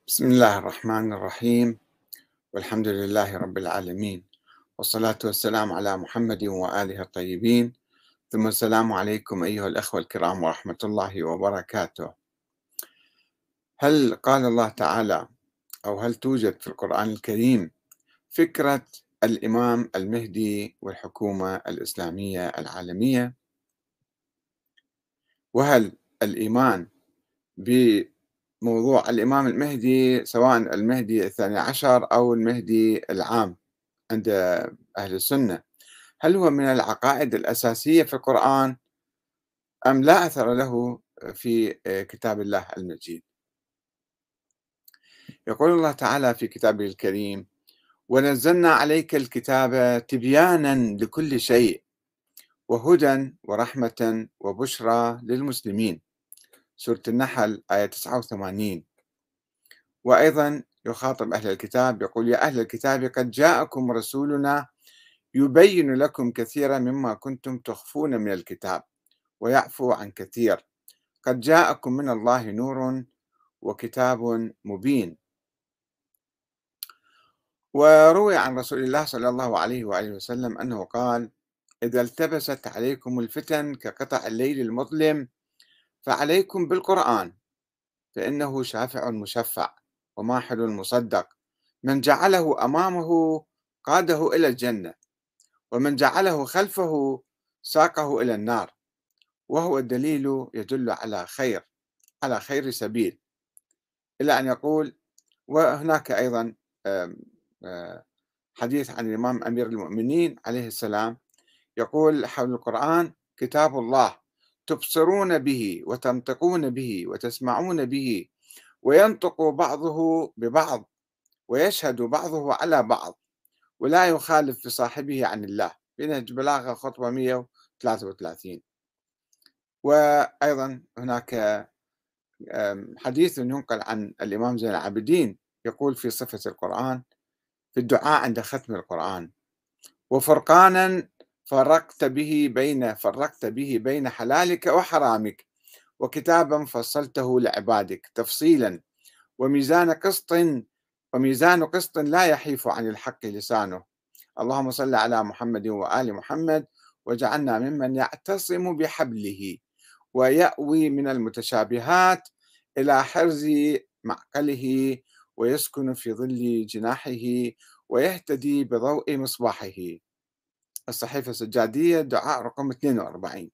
بسم الله الرحمن الرحيم، والحمد لله رب العالمين، والصلاة والسلام على محمد وآله الطيبين، ثم السلام عليكم أيها الأخوة الكرام ورحمة الله وبركاته. هل قال الله تعالى أو هل توجد في القرآن الكريم فكرة الإمام المهدي والحكومة الإسلامية العالمية؟ وهل الإيمان بموضوع الإمام المهدي سواء المهدي الثاني عشر أو المهدي العام عند أهل السنة، هل هو من العقائد الأساسية في القرآن أم لا أثر له في كتاب الله المجيد؟ يقول الله تعالى في كتابه الكريم: ونزلنا عليك الكتاب تبيانا لكل شيء وهدى ورحمة وبشرى للمسلمين. سورة النحل آية 89. وأيضا يخاطب أهل الكتاب يقول: يا أهل الكتاب قد جاءكم رسولنا يبين لكم كثيرا مما كنتم تخفون من الكتاب ويعفو عن كثير، قد جاءكم من الله نور وكتاب مبين. وروي عن رسول الله صلى الله عليه وآله وسلم أنه قال: إذا التبست عليكم الفتن كقطع الليل المظلم فعليكم بالقرآن، فإنه شافع مشفع وماحل مصدق، من جعله أمامه قاده إلى الجنة، ومن جعله خلفه ساقه إلى النار، وهو الدليل يدل على خير سبيل. إلى أن يقول: وهناك أيضا آم، آه، حديث عن الإمام أمير المؤمنين عليه السلام يقول حول القرآن: كتاب الله تبصرون به وتنطقون به وتسمعون به، وينطق بعضه ببعض ويشهد بعضه على بعض، ولا يخالف بصاحبه عن الله. في نهج بلاغة خطوة 133. وأيضا هناك حديث ينقل عن الإمام زين العابدين يقول في صفة القرآن في الدعاء عند ختم القرآن: وفرقانا فرقت به بين حلالك وحرامك، وكتابا فصلته لعبادك تفصيلا، وميزان قسط لا يحيف عن الحق لسانه. اللهم صل على محمد وآل محمد، وجعلنا ممن يعتصم بحبله ويأوي من المتشابهات إلى حرز معقله، ويسكن في ظل جناحه، ويهتدي بضوء مصباحه. الصحيفة السجادية دعاء رقم 42.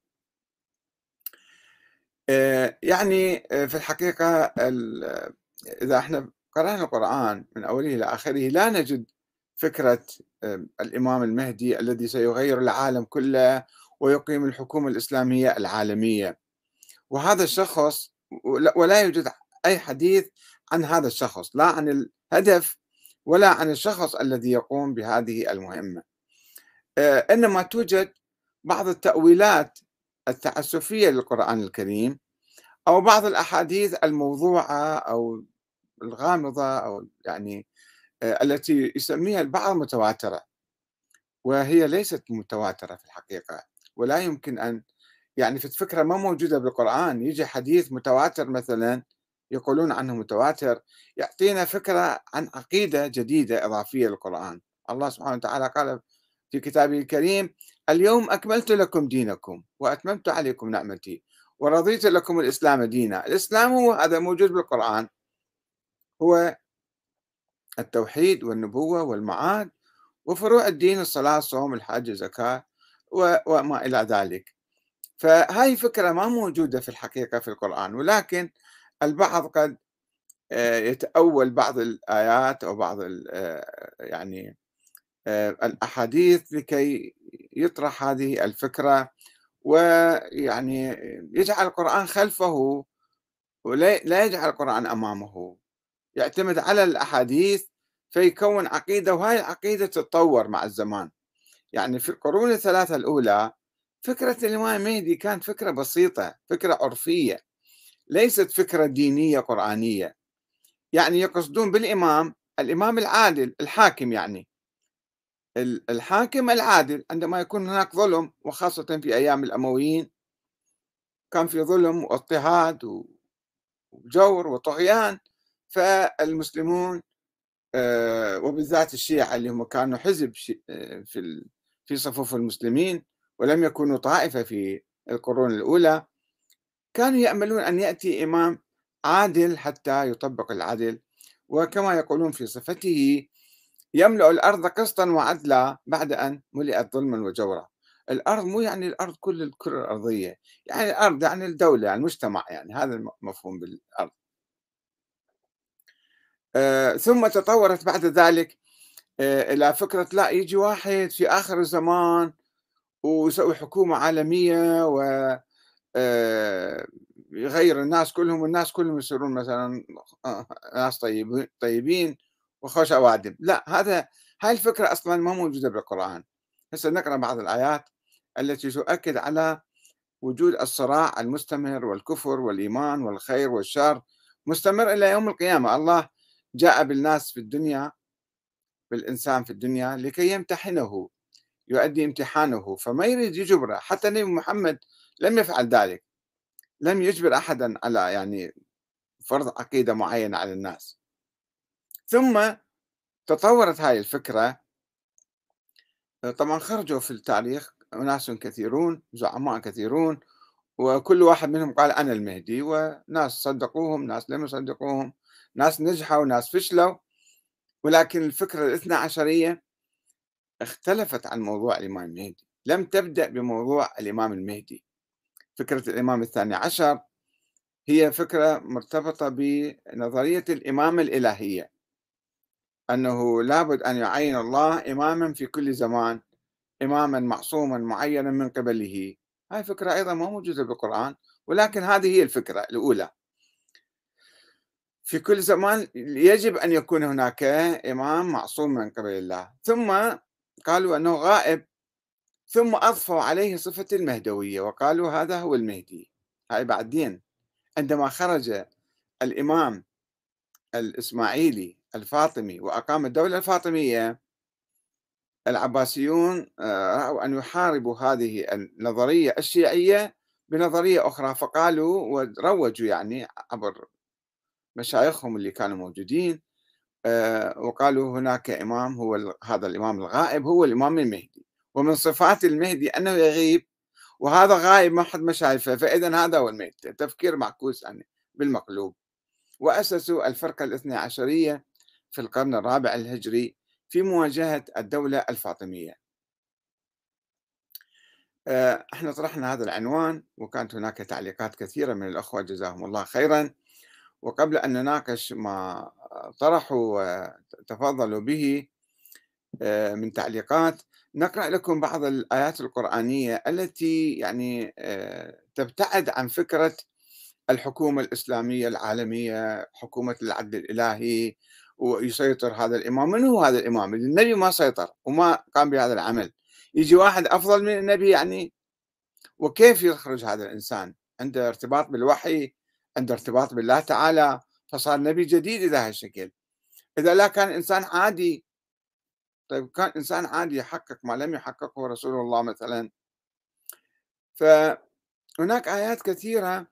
في الحقيقة إذا احنا قرأنا القرآن من أوله إلى آخره لا نجد فكرة الإمام المهدي الذي سيغير العالم كله ويقيم الحكومة الإسلامية العالمية. وهذا الشخص ولا يوجد أي حديث عن هذا الشخص، لا عن الهدف ولا عن الشخص الذي يقوم بهذه المهمة. إنما توجد بعض التأويلات التعسفية للقرآن الكريم، أو بعض الأحاديث الموضوعة أو الغامضة، أو التي يسميها البعض متواترة، وهي ليست متواترة في الحقيقة. ولا يمكن أن في فكرة ما موجودة بالقرآن يجي حديث متواتر مثلا يقولون عنه متواتر يعطينا فكرة عن عقيدة جديدة إضافية للقرآن. الله سبحانه وتعالى قال في كتابه الكريم: اليوم أكملت لكم دينكم وأتممت عليكم نعمتي ورضيت لكم الإسلام دينا. الإسلام هو هذا موجود بالقرآن، هو التوحيد والنبوة والمعاد وفروع الدين: الصلاة، الصوم، الحج، الزكاة، وما إلى ذلك. فهاي فكرة ما موجودة في الحقيقة في القرآن، ولكن البعض قد يتأول بعض الآيات أو بعض الأحاديث لكي يطرح هذه الفكرة، يجعل القرآن خلفه ولا لا يجعل القرآن أمامه، يعتمد على الأحاديث فيكون عقيدة، وهاي العقيدة تتطور مع الزمان. في القرون الثلاثة الأولى فكرة الإمام المهدي كانت فكرة بسيطة، فكرة عرفية، ليست فكرة دينية قرآنية. يقصدون بالإمام الإمام العادل الحاكم، الحاكم العادل عندما يكون هناك ظلم، وخاصة في أيام الأمويين كان في ظلم واضطهاد وجور وطغيان، فالمسلمون وبالذات الشيعة اللي هم كانوا حزب في صفوف المسلمين ولم يكونوا طائفة في القرون الأولى، كانوا يأملون أن يأتي إمام عادل حتى يطبق العدل، وكما يقولون في صفته يملأ الأرض قسطا وعدلا بعد أن ملئت ظلما وجورا. الأرض مو يعني الأرض كل الكرة الأرضية، يعني الأرض يعني الدولة يعني المجتمع، يعني هذا المفهوم بالأرض. ثم تطورت بعد ذلك إلى فكرة لا يجي واحد في آخر الزمان ويسوي حكومة عالمية و يغيّر الناس كلهم والناس كلهم يصيرون مثلًا ناس طيبين وخوش أوادم. لأ، هاي الفكرة أصلًا ما موجودة بالقرآن. هسه نقرأ بعض الآيات التي تؤكد على وجود الصراع المستمر والكفر والإيمان والخير والشر مستمر إلى يوم القيامة. الله جاء بالناس في الدنيا، بالإنسان في الدنيا لكي يمتحنه، يؤدي امتحانه، فما يريد يجبره. حتى النبي محمد لم يفعل ذلك، لم يجبر أحدًا على يعني فرض عقيدة معينة على الناس. ثم تطورت هاي الفكرة، طبعًا خرجوا في التاريخ أناس كثيرون، زعماء كثيرون، وكل واحد منهم قال أنا المهدي، وناس صدقوهم، ناس لم يصدقوهم، ناس نجحوا، ناس فشلوا، ولكن الفكرة الاثنى عشرية اختلفت عن موضوع الإمام المهدي، لم تبدأ بموضوع الإمام المهدي. فكرة الإمام الثاني عشر هي فكرة مرتبطة بنظرية الإمامة الإلهية، أنه لابد أن يعين الله إماما في كل زمان، إماما معصوما معينا من قبله. هاي فكرة أيضا ما موجودة بالقرآن، ولكن هذه هي الفكرة الأولى. في كل زمان يجب أن يكون هناك إمام معصوم من قبل الله. ثم قالوا أنه غائب، ثم أضفوا عليه صفة المهدوية وقالوا هذا هو المهدي. هاي بعدين عندما خرج الإمام الإسماعيلي الفاطمي وأقام الدولة الفاطمية، العباسيون رأوا أن يحاربوا هذه النظرية الشيعية بنظرية أخرى، فقالوا وروجوا يعني عبر مشايخهم اللي كانوا موجودين، وقالوا هناك إمام هو هذا الإمام الغائب هو الإمام المهدي، ومن صفات المهدي أنه يغيب، وهذا غايب ما حد ما شايفه، فإذا هذا هو المهدي. تفكير معكوس يعني بالمقلوب. وأسسوا الفرقة الاثنى عشرية في القرن الرابع الهجري في مواجهة الدولة الفاطمية. احنا طرحنا هذا العنوان وكانت هناك تعليقات كثيرة من الأخوة جزاهم الله خيرا، وقبل أن نناقش ما طرحوا وتفضلوا به من تعليقات، نقرأ لكم بعض الآيات القرآنية التي يعني تبتعد عن فكرة الحكومة الإسلامية العالمية، حكومة العدل الإلهي، ويسيطر هذا الإمام. من هو هذا الإمام؟ النبي ما سيطر وما قام بهذا العمل، يجي واحد أفضل من النبي يعني؟ وكيف يخرج هذا الإنسان؟ عنده ارتباط بالوحي، عنده ارتباط بالله تعالى، فصار نبي جديد إذا هالشكل. إذا لا كان إنسان عادي، طيب كان إنسان عادي يحقق ما لم يحققه رسول الله مثلا. فهناك آيات كثيرة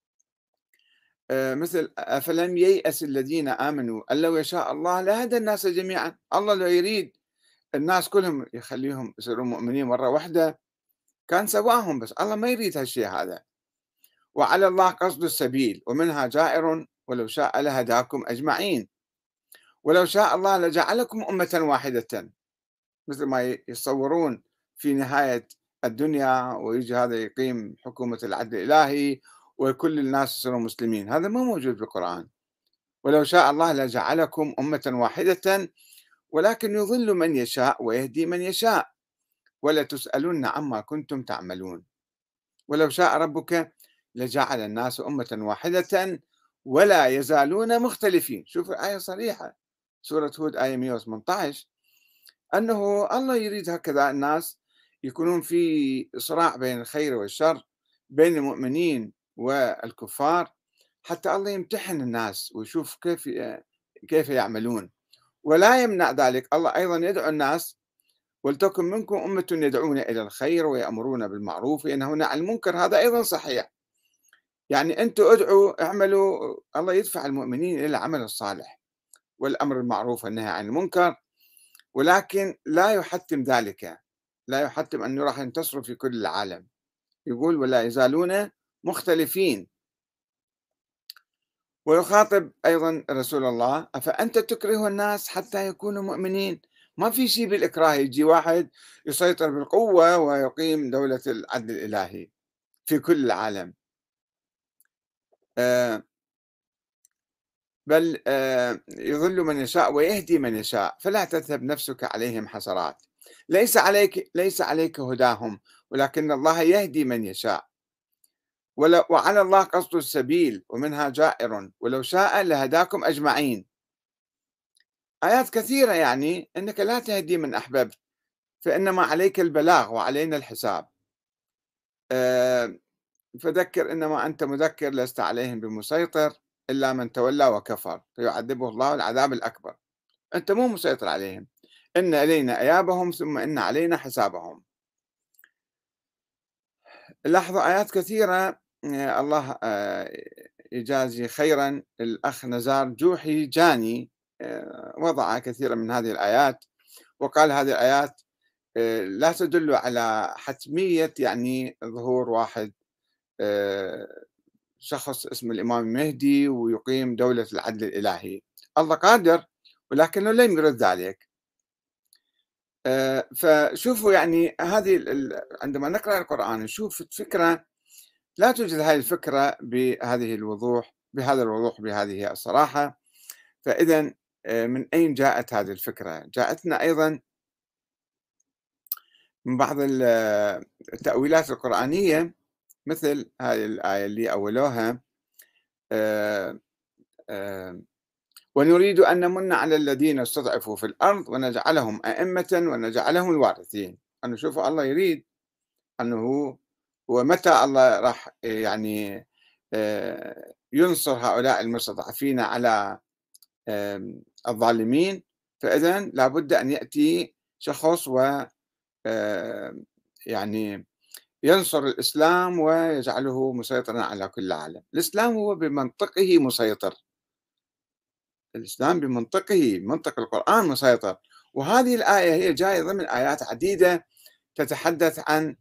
مثل أفلم ييأس الذين آمنوا أن لو يشاء الله لهدى الناس جميعا. الله لو يريد الناس كلهم يخليهم يصيرون مؤمنين مرة واحدة كان سواهم، بس الله ما يريد هالشيء هذا. وعلى الله قصد السبيل ومنها جائر ولو شاء لهداكم أجمعين ولو شاء الله لجعلكم أمة واحدة، مثل ما يتصورون في نهاية الدنيا ويجي هذا يقيم حكومة العدل الإلهي وكل الناس يصيرون مسلمين. هذا ما موجود في القرآن. ولو شاء الله لجعلكم أمة واحدة ولكن يضل من يشاء ويهدي من يشاء ولتسألن عما كنتم تعملون. ولو شاء ربك لجعل الناس أمة واحدة ولا يزالون مختلفين. شوف الآية صريحة، سورة هود آية 118، أنه الله يريد هكذا الناس يكونون في صراع بين الخير والشر، بين المؤمنين والكفار، حتى الله يمتحن الناس ويشوف كيف يعملون. ولا يمنع ذلك الله أيضا يدعو الناس ولتكن منكم أمة يدعون إلى الخير ويأمرون بالمعروف وينهون عن المنكر. هذا أيضا صحيح، يعني أنتم ادعوا اعملوا، الله يدفع المؤمنين إلى العمل الصالح والأمر بالمعروف والنهي عن المنكر، ولكن لا يحتم ذلك، لا يحتم أنه راح ينتصروا في كل العالم. يقول: ولا يزالون مختلفين. ويخاطب أيضا رسول الله: أفأنت تكره الناس حتى يكونوا مؤمنين؟ ما في شيء بالإكراه يجي واحد يسيطر بالقوة ويقيم دولة العدل الإلهي في كل العالم. آه، بل يضل من يشاء ويهدي من يشاء، فلا تذهب نفسك عليهم حسرات. ليس عليك هداهم، ولكن الله يهدي من يشاء. وعلى الله قصد السبيل ومنها جائر، ولو شاء لهداكم أجمعين. آيات كثيرة يعني أنك لا تهدي من أحببت، فإنما عليك البلاغ وعلينا الحساب. آه، فذكر إنما أنت مذكر، لست عليهم بمسيطر إلا من تولى وكفر فيعذبه الله العذاب الأكبر. أنت مو مسيطر عليهم، إن إلينا إيابهم ثم إن علينا حسابهم. لاحظوا آيات كثيرة. الله يجازي خيرا الأخ نزار جوحي جاني، وضع كثيرا من هذه الآيات، وقال هذه الآيات لا تدل على حتمية يعني ظهور واحد آه، شخص اسمه الإمام المهدي ويقيم دولة العدل الإلهي. الله قادر، ولكنه لم يرد ذلك. فشوفوا يعني هذه عندما نقرأ القرآن نشوف فكرة، لا توجد هذه الفكرة بهذه الوضوح، بهذا الوضوح، بهذه الصراحة. فإذا من أين جاءت هذه الفكرة؟ جاءتنا أيضا من بعض التأويلات القرآنية، مثل هذه الآية اللي أولوها: آه، آه، ونريد أن نمن على الذين استضعفوا في الأرض ونجعلهم أئمة ونجعلهم الوارثين. أنه شوفوا الله يريد أنه ومتى الله راح يعني ينصر هؤلاء المستضعفين على الظالمين. فإذا لابد أن يأتي شخص و يعني ينصر الإسلام ويجعله مسيطرا على كل العالم. الإسلام هو بمنطقه مسيطر، الإسلام بمنطقه، منطق القرآن مسيطر. وهذه الآية هي جاية ضمن آيات عديدة تتحدث عن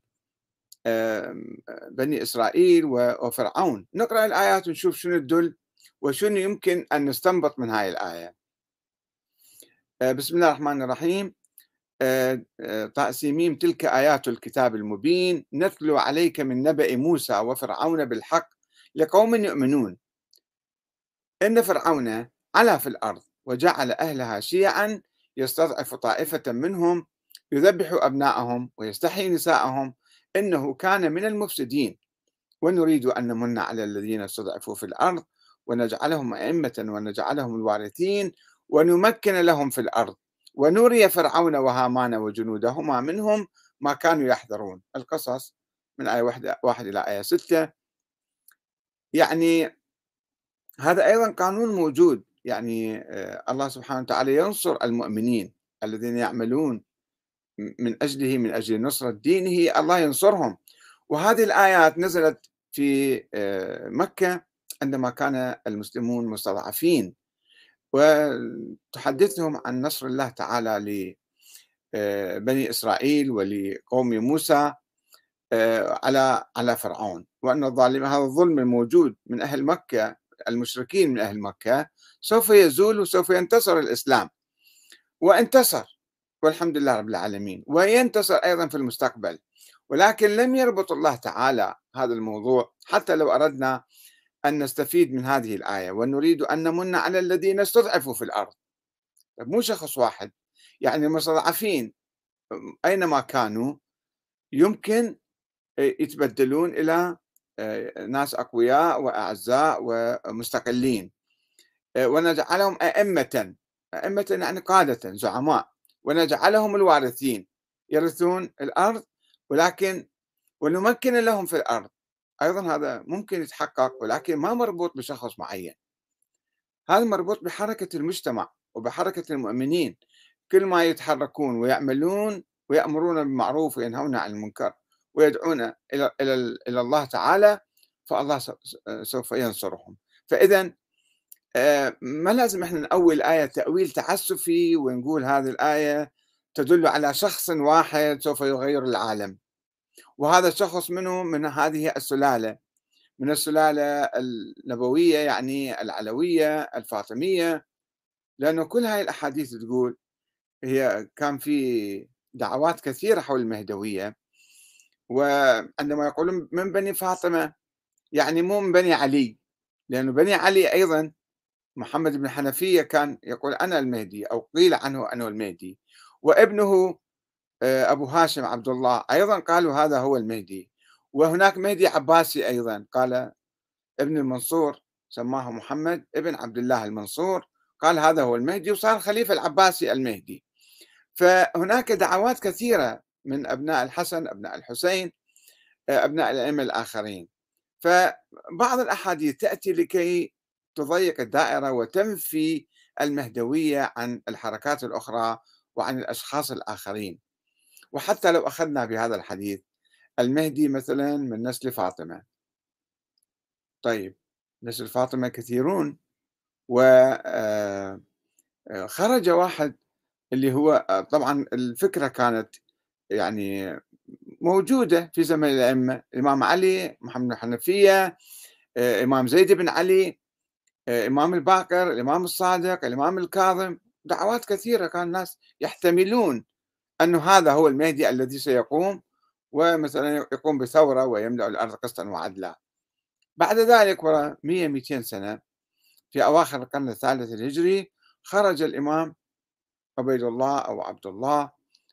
بني إسرائيل وفرعون. نقرأ الآيات ونشوف شنو تدل وشنو يمكن أن نستنبط من هاي الآية. بسم الله الرحمن الرحيم. طاسيميم: تلك آيات الكتاب المبين نتلو عليك من نبأ موسى وفرعون بالحق لقوم يؤمنون. إن فرعون علا في الأرض وجعل أهلها شيعا يستضعف طائفة منهم يذبح أبناءهم ويستحيي نساءهم إنه كان من المفسدين. ونريد أن نمن على الذين استضعفوا في الأرض ونجعلهم أئمة ونجعلهم الوارثين ونمكن لهم في الأرض ونري فرعون وهامان وجنودهما منهم ما كانوا يحذرون. القصص من آية 1 إلى آية 6. يعني هذا أيضا قانون موجود، يعني الله سبحانه وتعالى ينصر المؤمنين الذين يعملون من أجله، من أجل نصرة دينه، الله ينصرهم. وهذه الآيات نزلت في مكة عندما كان المسلمون مستضعفين، وتحدثهم عن نصر الله تعالى لبني إسرائيل ولقوم موسى على فرعون، وأن الظالم، هذا الظلم الموجود من أهل مكة، المشركين من أهل مكة، سوف يزول وسوف ينتصر الإسلام، وانتصر والحمد لله رب العالمين، وينتصر أيضا في المستقبل. ولكن لم يربط الله تعالى هذا الموضوع، حتى لو أردنا أن نستفيد من هذه الآية: ونريد أن نمن على الذين استضعفوا في الأرض. مو شخص واحد، يعني المستضعفين أينما كانوا يمكن يتبدلون إلى ناس أقوياء وأعزاء ومستقلين. ونجعلهم أئمة، أئمة يعني قادة زعماء، ونجعلهم الوارثين يرثون الأرض، ولكن ونمكن لهم في الأرض. أيضا هذا ممكن يتحقق، ولكن ما مربوط بشخص معين، هذا مربوط بحركة المجتمع وبحركة المؤمنين. كل ما يتحركون ويعملون ويأمرون بالمعروف وينهون عن المنكر ويدعون إلى الله تعالى، فالله سوف ينصرهم. فإذا ما لازم إحنا نأوّل الآية تأويل تعسفي ونقول هذه الآية تدل على شخص واحد سوف يغيّر العالم، وهذا الشخص منه؟ من هذه السلالة، من السلالة النبوية يعني العلوية الفاطمية، لأنه كل هاي الأحاديث تقول هي كان في دعوات كثيرة حول المهدوية، وعندما يقولون من بني فاطمة يعني مو من بني علي، لأنه بني علي أيضًا محمد بن حنفية كان يقول أنا المهدي أو قيل عنه أنه المهدي، وابنه أبو هاشم عبد الله أيضًا قالوا هذا هو المهدي، وهناك مهدي عباسي أيضًا قال ابن المنصور سماه محمد ابن عبد الله المنصور، قال هذا هو المهدي وصار الخليفة العباسي المهدي. فهناك دعوات كثيرة من أبناء الحسن، أبناء الحسين، أبناء الأئمة الآخرين. فبعض الأحاديث تأتي لكي تضيق الدائرة وتنفي المهدوية عن الحركات الأخرى وعن الأشخاص الآخرين. وحتى لو أخذنا بهذا الحديث المهدي مثلا من نسل فاطمة، طيب نسل فاطمة كثيرون، وخرج واحد اللي هو طبعا الفكرة كانت يعني موجودة في زمن الأئمة، الإمام علي، محمد بن الحنفية، إمام زيد بن علي، إمام الباقر، الإمام الصادق، الإمام الكاظم، دعوات كثيرة كان الناس يحتملون أنه هذا هو المهدي الذي سيقوم ومثلا يقوم بثورة ويملأ الأرض قسطا وعدلا. بعد ذلك وراء 100 200 سنة في أواخر القرن الثالث الهجري خرج الإمام عبيد الله أو عبد الله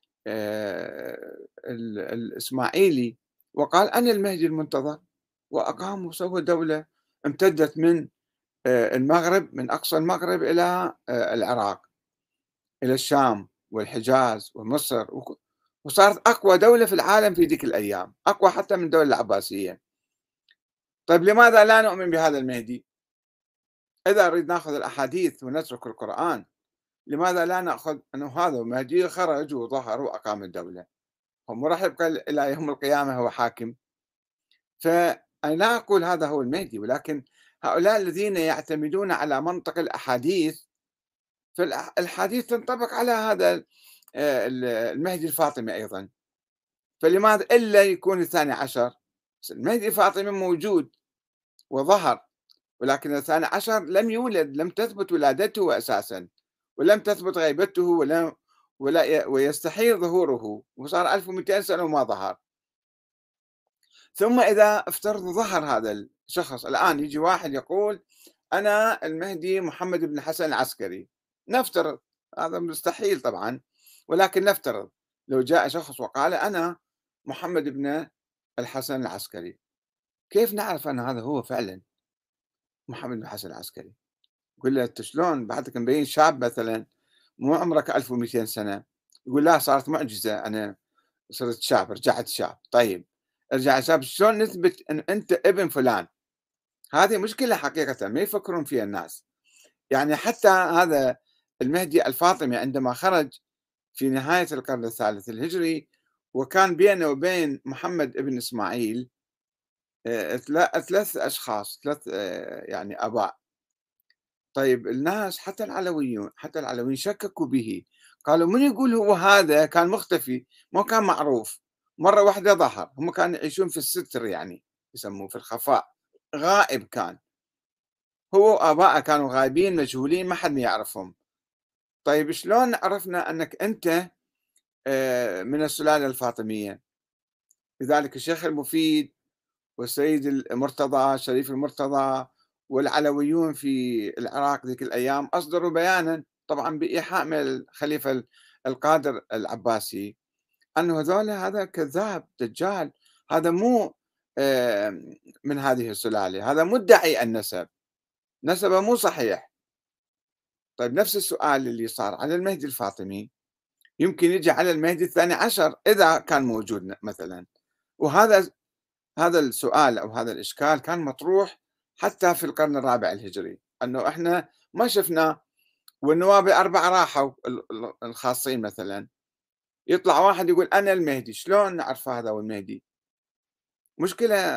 الإسماعيلي وقال أنا المهدي المنتظر، وأقام وسوى دولة امتدت من المغرب، من أقصى المغرب إلى العراق، إلى الشام والحجاز ومصر، وصارت أقوى دولة في العالم في ذيك الأيام، أقوى حتى من الدولة العباسية. طيب لماذا لا نؤمن بهذا المهدي؟ إذا نريد ناخذ الأحاديث ونترك القرآن، لماذا لا نأخذ أنه هذا المهدي خرج وظهر وأقام الدولة؟ هو مو راح يبقى إلى يوم القيامة هو حاكم؟ فأنا لا أقول هذا هو المهدي، ولكن هؤلاء الذين يعتمدون على منطق الأحاديث، فالأحاديث تنطبق على هذا المهدي الفاطمي أيضا. فلماذا إلا يكون الثاني عشر؟ المهدي الفاطمي موجود وظهر، ولكن الثاني عشر لم يولد، لم تثبت ولادته أساسا، ولم تثبت غيبته، ويستحيل ظهوره، وصار 1200 سنة وما ظهر. ثم إذا افترض ظهر هذا الشخص الآن، يجي واحد يقول أنا المهدي محمد بن الحسن العسكري، نفترض، هذا مستحيل طبعا، ولكن نفترض لو جاء شخص وقال أنا محمد بن الحسن العسكري، كيف نعرف أن هذا هو فعلا محمد بن الحسن العسكري؟ يقول له أنت شلون بعدك مبين شاب مثلا، مو عمرك 1200 سنة؟ يقول لا صارت معجزة، أنا صرت شاب، رجعت شاب. طيب ارجع شاب، شلون نثبت أن أنت ابن فلان؟ هذه مشكلة حقيقة ما يفكرون فيها الناس. يعني حتى هذا المهدي الفاطمي عندما خرج في نهاية القرن الثالث الهجري، وكان بينه وبين محمد بن إسماعيل ثلاث أشخاص، ثلاث يعني آباء. طيب الناس حتى العلويون شككوا به، قالوا من يقول هو هذا كان مختفي، ما كان معروف، مرة واحدة ظهر. هم كانوا يعيشون في الستر، يعني يسموه في الخفاء، غائب كان، هو وآبائه كانوا غايبين مجهولين، ما حد يعرفهم. طيب شلون عرفنا أنك أنت من السلالة الفاطمية؟ لذلك الشيخ المفيد والسيد المرتضى، شريف المرتضى، والعلويون في العراق ذيك الأيام أصدروا بيانا طبعا بإيحاء من الخليفة القادر العباسي أنه هذا كذاب دجال، هذا مو من هذه السلالة، هذا مدعي النسب، نسبه مو صحيح. طيب نفس السؤال اللي صار على المهدي الفاطمي يمكن يجي على المهدي الثاني عشر إذا كان موجود مثلا. وهذا السؤال أو هذا الإشكال كان مطروح حتى في القرن الرابع الهجري، أنه إحنا ما شفنا، والنواب الأربعة راحوا الخاصين مثلا، يطلع واحد يقول أنا المهدي، شلون نعرف هذا هو المهدي؟ مشكلة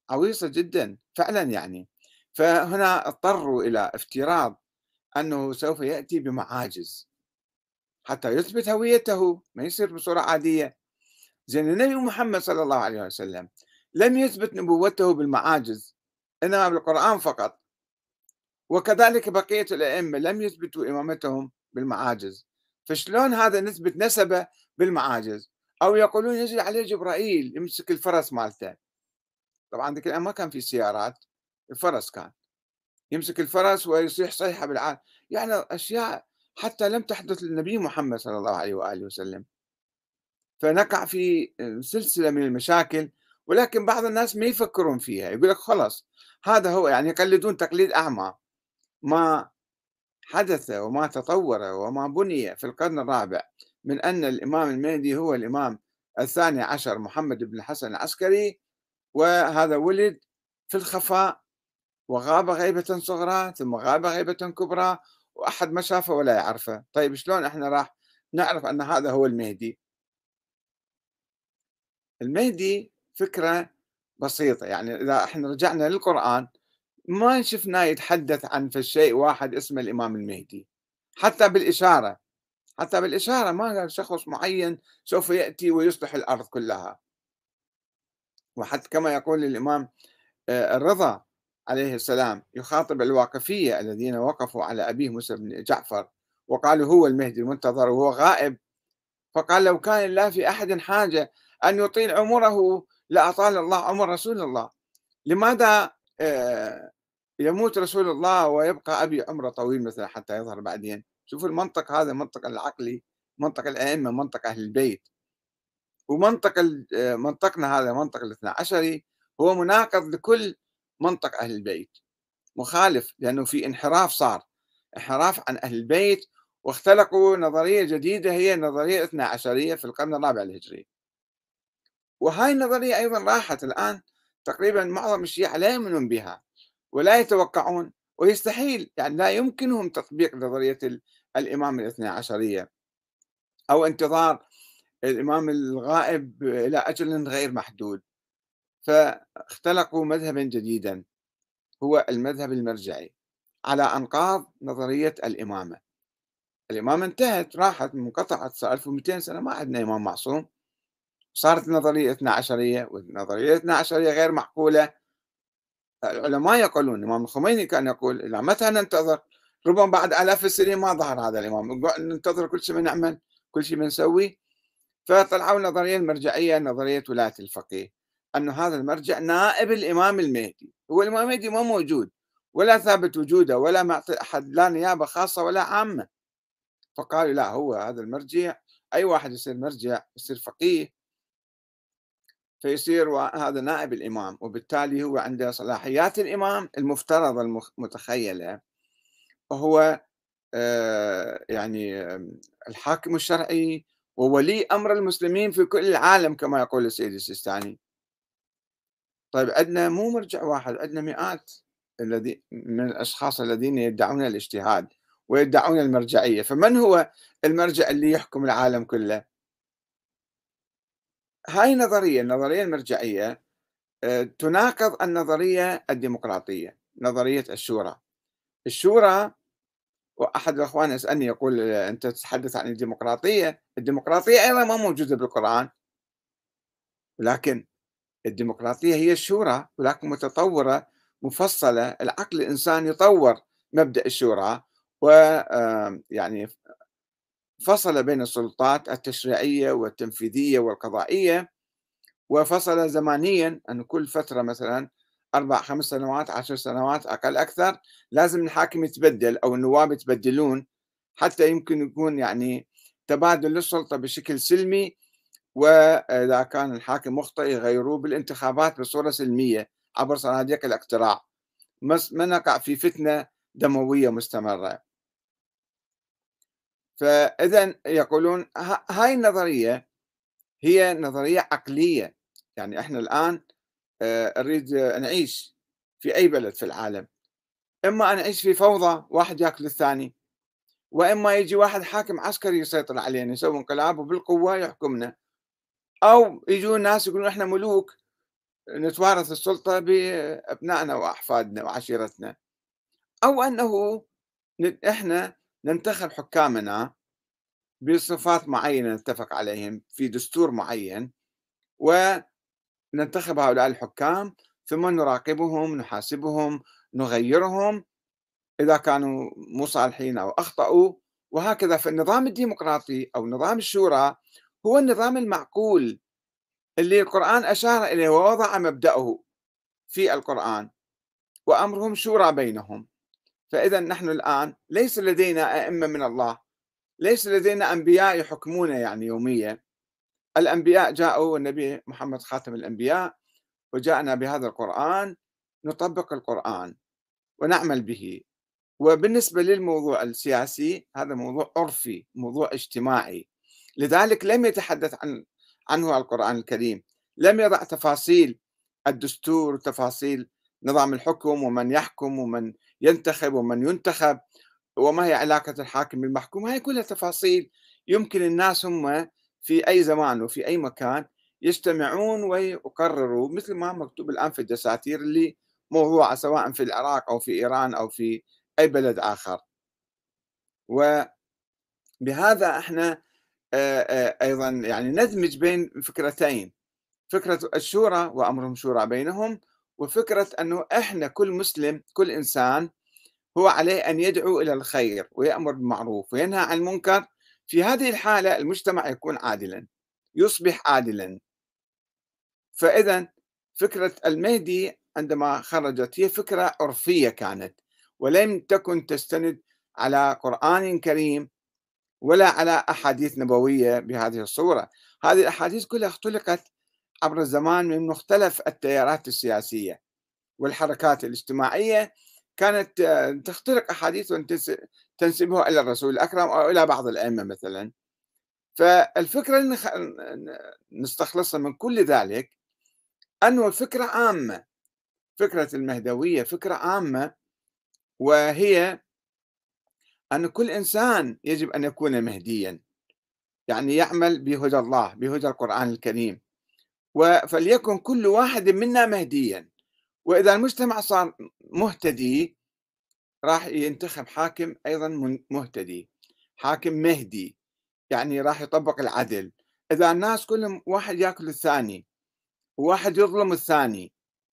عويصة جدًا فعلًا يعني. فهنا اضطروا إلى افتراض أنه سوف يأتي بمعاجز حتى يثبت هويته، ما يصير بصورة عادية. زين النبي محمد صلى الله عليه وسلم لم يثبت نبوته بالمعاجز، إنما بالقرآن فقط، وكذلك بقية الأئمة لم يثبتوا إمامتهم بالمعاجز، فشلون هذا نثبت نسبه بالمعاجز؟ أو يقولون ينزل عليه جبرائيل يمسك الفرس مالته. طبعا ذيك الأيام ما كان في سيارات، الفرس كان يمسك الفرس ويصيح صيحة بالعالم، يعني أشياء حتى لم تحدث للنبي محمد صلى الله عليه وآله وسلم. فنقع في سلسلة من المشاكل، ولكن بعض الناس ما يفكرون فيها، يقول لك خلاص هذا هو، يعني يقلدون تقليد أعمى. ما حدث وما تطور وما بني في القرن الرابع من أن الإمام المهدي هو الإمام الثاني عشر محمد بن الحسن العسكري، وهذا ولد في الخفاء وغاب غيبة صغرى ثم غاب غيبة كبرى، وأحد ما شافه ولا يعرفه. طيب شلون احنا راح نعرف أن هذا هو المهدي؟ المهدي فكرة بسيطة، يعني إذا احنا رجعنا للقرآن ما شفناه يتحدث عن في شيء واحد اسمه الإمام المهدي، حتى بالإشارة، حتى بالإشارة ما قال شخص معين سوف يأتي ويصلح الأرض كلها. وحتى كما يقول الإمام الرضا عليه السلام يخاطب الواقفية الذين وقفوا على أبيه موسى بن جعفر وقالوا هو المهدي المنتظر وهو غائب، فقال لو كان الله في أحد حاجة أن يطيل عمره لأطال الله عمر رسول الله. لماذا يموت رسول الله ويبقى أبي عمره طويل مثلا حتى يظهر بعدين؟ شوفوا المنطق هذا، منطق العقلي، منطق الأئمة، منطق أهل البيت. ومنطق منطقنا هذا منطق الاثنى عشري هو مناقض لكل منطق أهل البيت، مخالف، لأنه في انحراف صار، انحراف عن أهل البيت، واختلقوا نظرية جديدة هي النظرية الاثنى عشرية في القرن الرابع الهجري. وهاي النظرية أيضا راحت الآن، تقريبا معظم الشيعة لا يؤمنون بها ولا يتوقعون، ويستحيل يعني لا يمكنهم تطبيق نظرية الإمام الاثنى عشرية أو انتظار الإمام الغائب إلى أجل غير محدود. فاختلقوا مذهبا جديدا هو المذهب المرجعي على أنقاض نظرية الإمامة. الإمامة انتهت، راحت، منقطعت، صار 1200 سنة ما عندنا إمام معصوم. صارت النظرية الاثنى عشرية، والنظرية الاثنى عشرية غير معقولة. العلماء يقولون، الإمام الخميني كان يقول إلى متى ننتظر؟ ربما بعد آلاف السنين ما ظهر هذا الإمام، ننتظر كل شيء بنعمل، كل شيء بنسوي. فطلعوا النظرية المرجعية، نظرية ولاية الفقيه، أن هذا المرجع نائب الإمام المهدي. هو الإمام المهدي ما موجود ولا ثابت وجوده ولا معطي أحد لا نيابة خاصة ولا عامة. فقالوا لا، هو هذا المرجع، أي واحد يصير مرجع يصير فقيه، فيصير هذا نائب الإمام، وبالتالي هو عنده صلاحيات الإمام المفترضة المتخيلة، وهو يعني الحاكم الشرعي وولي أمر المسلمين في كل العالم كما يقول السيد السيستاني. طيب عندنا مو مرجع واحد، عندنا مئات الذي من الأشخاص الذين يدعون الاجتهاد ويدعون المرجعية، فمن هو المرجع اللي يحكم العالم كله؟ هاي النظرية المرجعية تناقض النظرية الديمقراطية، نظرية الشورى. الشورى، وأحد الأخوان يسألني يقول أنت تتحدث عن الديمقراطية، الديمقراطية أيضا ما موجودة بالقرآن، ولكن الديمقراطية هي الشورى ولكن متطورة مفصلة. العقل الإنساني طور مبدأ الشورى ويعني فصل بين السلطات التشريعية والتنفيذية والقضائية، وفصل زمانيا أن كل فترة مثلا 4 5 سنوات 10 سنوات أقل أكثر لازم الحاكم يتبدل أو النواب يتبدلون، حتى يمكن يكون يعني تبادل للسلطة بشكل سلمي، وإذا كان الحاكم مخطئ يغيروه بالانتخابات بصورة سلمية عبر صناديق الاقتراع، ما نقع في فتنة دموية مستمرة. فإذا يقولون هاي النظرية هي نظرية عقلية. يعني احنا الآن نريد نعيش في أي بلد في العالم، إما أن نعيش في فوضى واحد ياكل الثاني، وإما يجي واحد حاكم عسكري يسيطر علينا يسوي انقلاب وبالقوة يحكمنا، أو يجون ناس يقولون إحنا ملوك نتوارث السلطة بأبنائنا وأحفادنا وعشيرتنا، أو أنه إحنا ننتخب حكامنا بصفات معينة نتفق عليهم في دستور معين، وننتخب هؤلاء الحكام ثم نراقبهم، نحاسبهم، نغيرهم إذا كانوا مو صالحين أو أخطأوا، وهكذا. فالنظام الديمقراطي أو نظام الشورى هو النظام المعقول اللي القرآن أشار إليه ووضع مبدأه في القرآن، وأمرهم شورى بينهم. فإذا نحن الآن ليس لدينا أئمة من الله، ليس لدينا أنبياء يحكمون يعني يوميا. الأنبياء جاءوا، والنبي محمد خاتم الأنبياء، وجاءنا بهذا القرآن، نطبق القرآن ونعمل به. وبالنسبة للموضوع السياسي هذا موضوع عرفي، موضوع اجتماعي، لذلك لم يتحدث عنه القرآن الكريم، لم يضع تفاصيل الدستور وتفاصيل نظام الحكم ومن يحكم ومن ينتخب ومن ينتخب وما هي علاقة الحاكم بالمحكوم. هاي كلها تفاصيل يمكن الناس هم في أي زمان وفي أي مكان يجتمعون ويقرروا، مثل ما مكتوب الآن في الدساتير اللي موضوعة سواء في العراق أو في إيران أو في أي بلد آخر. وبهذا احنا أيضا يعني ندمج بين فكرتين، فكرة الشورى وأمرهم شورى بينهم، وفكرة أنه احنا كل مسلم كل إنسان هو عليه أن يدعو إلى الخير ويأمر بالمعروف وينهى عن المنكر. في هذه الحالة المجتمع يكون عادلا، يصبح عادلا. فإذا فكرة المهدي عندما خرجت هي فكرة عرفية كانت، ولم تكن تستند على قرآن كريم ولا على أحاديث نبوية بهذه الصورة. هذه الأحاديث كلها اختلقت عبر الزمان من مختلف التيارات السياسية والحركات الاجتماعية، كانت تخترق أحاديث وتنسبها إلى الرسول الأكرم أو إلى بعض الأئمة مثلا. فالفكرة اللي نستخلصها من كل ذلك أنه الفكرة عامة، فكرة المهدوية فكرة عامة، وهي أن كل إنسان يجب أن يكون مهديا، يعني يعمل بهدى الله بهدى القرآن الكريم، فليكن كل واحد منا مهديا. وإذا المجتمع صار مهتدي راح ينتخب حاكم أيضا مهتدي، حاكم مهدي، يعني راح يطبق العدل. إذا الناس كلهم واحد ياكل الثاني وواحد يظلم الثاني،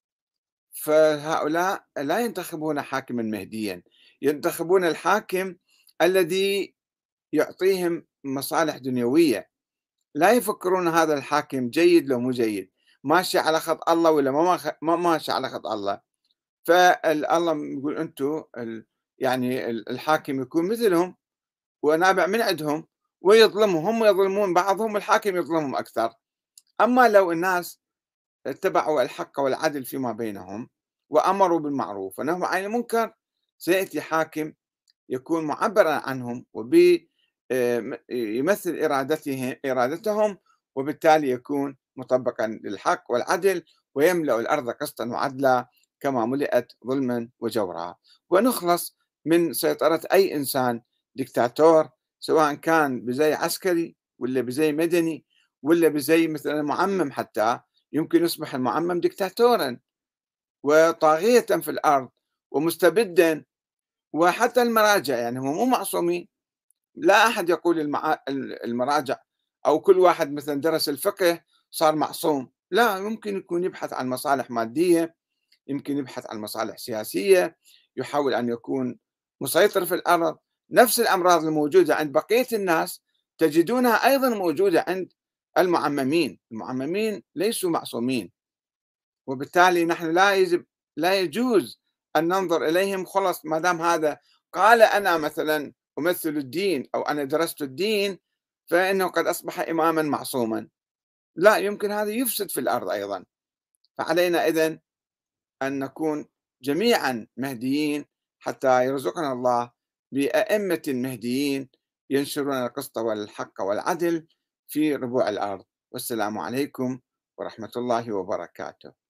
فهؤلاء لا ينتخبون حاكما مهديا، ينتخبون الحاكم الذي يعطيهم مصالح دنيوية. لا يفكرون هذا الحاكم جيد لو مو جيد، ماشي على خط الله ولا ما ماشي على خط الله. فالله يقول أنتم يعني الحاكم يكون مثلهم ونابع من عندهم ويظلمهم، هم يظلمون بعضهم والحاكم يظلمهم أكثر. أما لو الناس اتبعوا الحق والعدل فيما بينهم وأمروا بالمعروف ونهوا عن المنكر، سيأتي حاكم يكون معبرا عنهم يمثل إرادتهم، وبالتالي يكون مطبقا للحق والعدل ويملأ الأرض قسطا وعدلا كما ملئت ظلما وجورا، ونخلص من سيطرة أي إنسان دكتاتور، سواء كان بزي عسكري ولا بزي مدني ولا بزي مثلا معمم. حتى يمكن يصبح المعمم دكتاتورا وطاغية في الأرض ومستبدا. وحتى المراجع يعني هم مو معصومين، لا أحد يقول المراجع أو كل واحد مثلا درس الفقه صار معصوم، لا، يمكن يكون يبحث عن مصالح مادية، يمكن يبحث عن مصالح سياسية، يحاول أن يكون مسيطر في الأرض. نفس الأمراض الموجودة عند بقية الناس تجدونها أيضا موجودة عند المعممين. المعممين ليسوا معصومين، وبالتالي نحن لا يجوز أن ننظر إليهم خلص ما دام هذا قال أنا مثلا أمثل الدين أو أنا درست الدين فإنه قد أصبح إماما معصوما. لا، يمكن هذا يفسد في الأرض أيضا. فعلينا إذن أن نكون جميعا مهديين حتى يرزقنا الله بأئمة مهديين ينشرون القسط والحق والعدل في ربوع الأرض. والسلام عليكم ورحمة الله وبركاته.